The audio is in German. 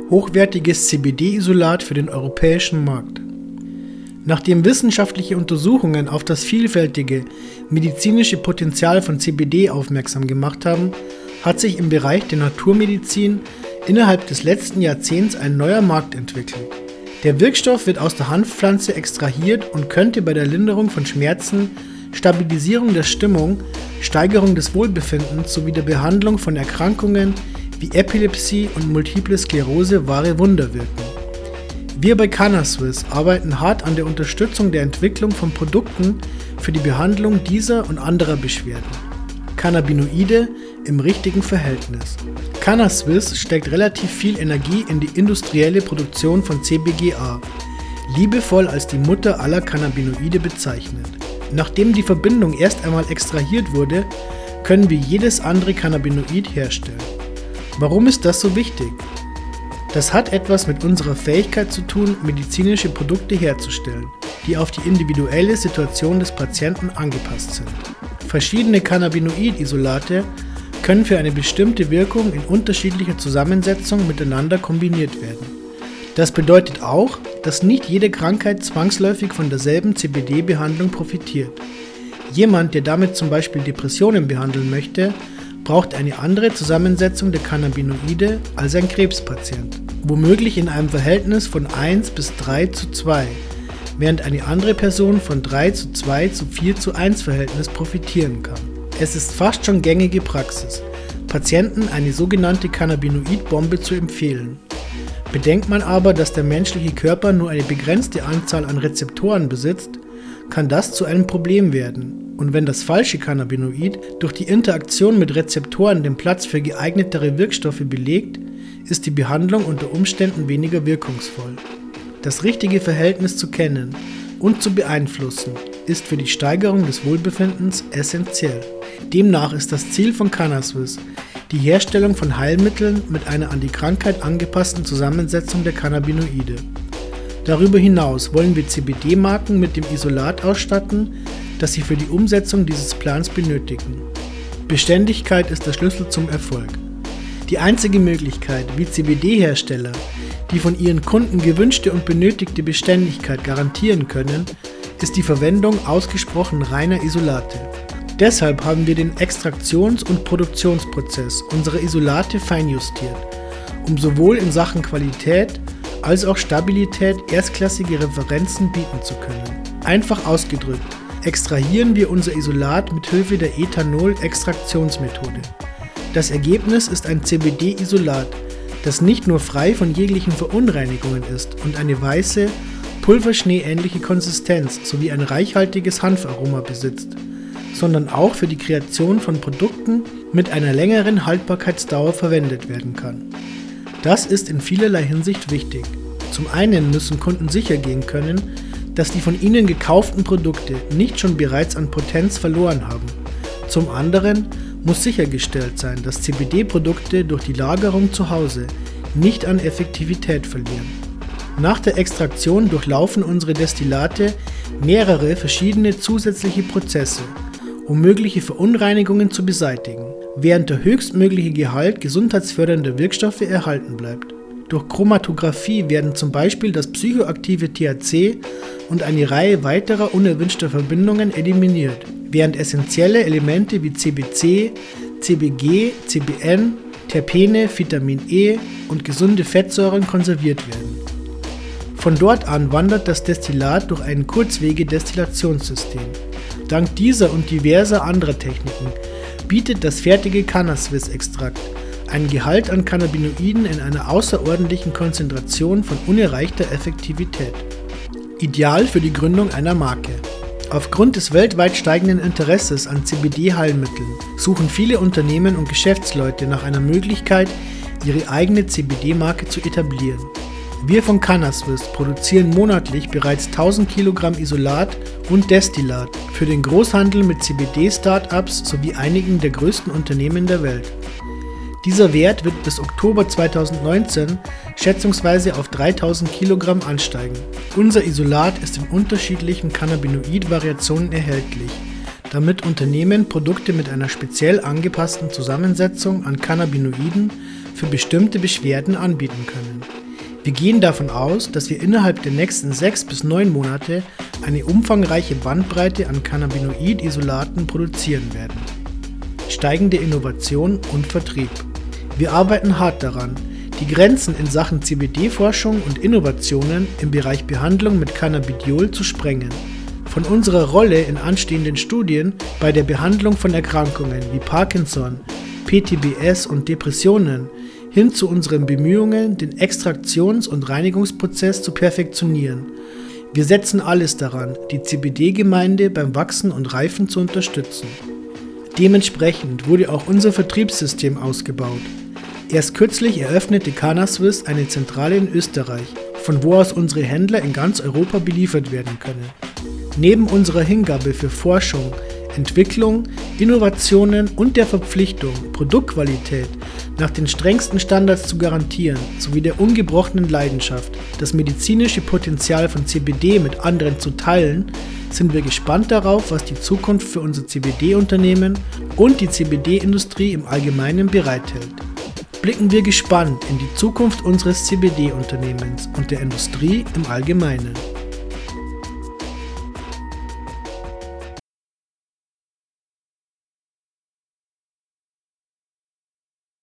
hochwertiges CBD-Isolat für den europäischen Markt. Nachdem wissenschaftliche Untersuchungen auf das vielfältige medizinische Potenzial von CBD aufmerksam gemacht haben, hat sich im Bereich der Naturmedizin innerhalb des letzten Jahrzehnts ein neuer Markt entwickelt. Der Wirkstoff wird aus der Hanfpflanze extrahiert und könnte bei der Linderung von Schmerzen, Stabilisierung der Stimmung, Steigerung des Wohlbefindens sowie der Behandlung von Erkrankungen wie Epilepsie und Multiple Sklerose wahre Wunder wirken. Wir bei CannaSwiss arbeiten hart an der Unterstützung der Entwicklung von Produkten für die Behandlung dieser und anderer Beschwerden. Cannabinoide im richtigen Verhältnis. CannaSwiss steckt relativ viel Energie in die industrielle Produktion von CBGA, liebevoll als die Mutter aller Cannabinoide bezeichnet. Nachdem die Verbindung erst einmal extrahiert wurde, können wir jedes andere Cannabinoid herstellen. Warum ist das so wichtig? Das hat etwas mit unserer Fähigkeit zu tun, medizinische Produkte herzustellen, die auf die individuelle Situation des Patienten angepasst sind. Verschiedene Cannabinoid-Isolate können für eine bestimmte Wirkung in unterschiedlicher Zusammensetzung miteinander kombiniert werden. Das bedeutet auch, dass nicht jede Krankheit zwangsläufig von derselben CBD-Behandlung profitiert. Jemand, der damit zum Beispiel Depressionen behandeln möchte, braucht eine andere Zusammensetzung der Cannabinoide als ein Krebspatient, womöglich in einem Verhältnis von 1 bis 3:2, während eine andere Person von 3:2 zu 4:1 Verhältnis profitieren kann. Es ist fast schon gängige Praxis, Patienten eine sogenannte Cannabinoid-Bombe zu empfehlen. Bedenkt man aber, dass der menschliche Körper nur eine begrenzte Anzahl an Rezeptoren besitzt, kann das zu einem Problem werden. Und wenn das falsche Cannabinoid durch die Interaktion mit Rezeptoren den Platz für geeignetere Wirkstoffe belegt, ist die Behandlung unter Umständen weniger wirkungsvoll. Das richtige Verhältnis zu kennen und zu beeinflussen, ist für die Steigerung des Wohlbefindens essentiell. Demnach ist das Ziel von CannaSwiss die Herstellung von Heilmitteln mit einer an die Krankheit angepassten Zusammensetzung der Cannabinoide. Darüber hinaus wollen wir CBD-Marken mit dem Isolat ausstatten, das sie für die Umsetzung dieses Plans benötigen. Beständigkeit ist der Schlüssel zum Erfolg. Die einzige Möglichkeit, wie CBD-Hersteller die von ihren Kunden gewünschte und benötigte Beständigkeit garantieren können, ist die Verwendung ausgesprochen reiner Isolate. Deshalb haben wir den Extraktions- und Produktionsprozess unserer Isolate feinjustiert, um sowohl in Sachen Qualität als auch Stabilität erstklassige Referenzen bieten zu können. Einfach ausgedrückt, extrahieren wir unser Isolat mit Hilfe der Ethanol-Extraktionsmethode. Das Ergebnis ist ein CBD-Isolat, das nicht nur frei von jeglichen Verunreinigungen ist und eine weiße, pulverschneeähnliche Konsistenz sowie ein reichhaltiges Hanfaroma besitzt, sondern auch für die Kreation von Produkten mit einer längeren Haltbarkeitsdauer verwendet werden kann. Das ist in vielerlei Hinsicht wichtig. Zum einen müssen Kunden sicher gehen können, dass die von ihnen gekauften Produkte nicht schon bereits an Potenz verloren haben. Zum anderen muss sichergestellt sein, dass CBD-Produkte durch die Lagerung zu Hause nicht an Effektivität verlieren. Nach der Extraktion durchlaufen unsere Destillate mehrere verschiedene zusätzliche Prozesse, um mögliche Verunreinigungen zu beseitigen, während der höchstmögliche Gehalt gesundheitsfördernder Wirkstoffe erhalten bleibt. Durch Chromatographie werden zum Beispiel das psychoaktive THC und eine Reihe weiterer unerwünschter Verbindungen eliminiert, während essentielle Elemente wie CBC, CBG, CBN, Terpene, Vitamin E und gesunde Fettsäuren konserviert werden. Von dort an wandert das Destillat durch ein Kurzwege-Destillationssystem. Dank dieser und diverser anderer Techniken bietet das fertige CannaSwiss-Extrakt einen Gehalt an Cannabinoiden in einer außerordentlichen Konzentration von unerreichter Effektivität. Ideal für die Gründung einer Marke. Aufgrund des weltweit steigenden Interesses an CBD-Heilmitteln suchen viele Unternehmen und Geschäftsleute nach einer Möglichkeit, ihre eigene CBD-Marke zu etablieren. Wir von CannaSwiss produzieren monatlich bereits 1000 Kilogramm Isolat und Destillat für den Großhandel mit CBD-Startups sowie einigen der größten Unternehmen der Welt. Dieser Wert wird bis Oktober 2019 schätzungsweise auf 3000 Kilogramm ansteigen. Unser Isolat ist in unterschiedlichen Cannabinoid-Variationen erhältlich, damit Unternehmen Produkte mit einer speziell angepassten Zusammensetzung an Cannabinoiden für bestimmte Beschwerden anbieten können. Wir gehen davon aus, dass wir innerhalb der nächsten 6 bis 9 Monate eine umfangreiche Bandbreite an Cannabinoid-Isolaten produzieren werden. Steigende Innovation und Vertrieb. Wir arbeiten hart daran, die Grenzen in Sachen CBD-Forschung und Innovationen im Bereich Behandlung mit Cannabidiol zu sprengen. Von unserer Rolle in anstehenden Studien bei der Behandlung von Erkrankungen wie Parkinson, PTBS und Depressionen hin zu unseren Bemühungen, den Extraktions- und Reinigungsprozess zu perfektionieren. Wir setzen alles daran, die CBD-Gemeinde beim Wachsen und Reifen zu unterstützen. Dementsprechend wurde auch unser Vertriebssystem ausgebaut. Erst kürzlich eröffnete CannaSwiss eine Zentrale in Österreich, von wo aus unsere Händler in ganz Europa beliefert werden können. Neben unserer Hingabe für Forschung, Entwicklung, Innovationen und der Verpflichtung, Produktqualität nach den strengsten Standards zu garantieren, sowie der ungebrochenen Leidenschaft, das medizinische Potenzial von CBD mit anderen zu teilen, sind wir gespannt darauf, was die Zukunft für unser CBD-Unternehmen und die CBD-Industrie im Allgemeinen bereithält. Blicken wir gespannt in die Zukunft unseres CBD-Unternehmens und der Industrie im Allgemeinen.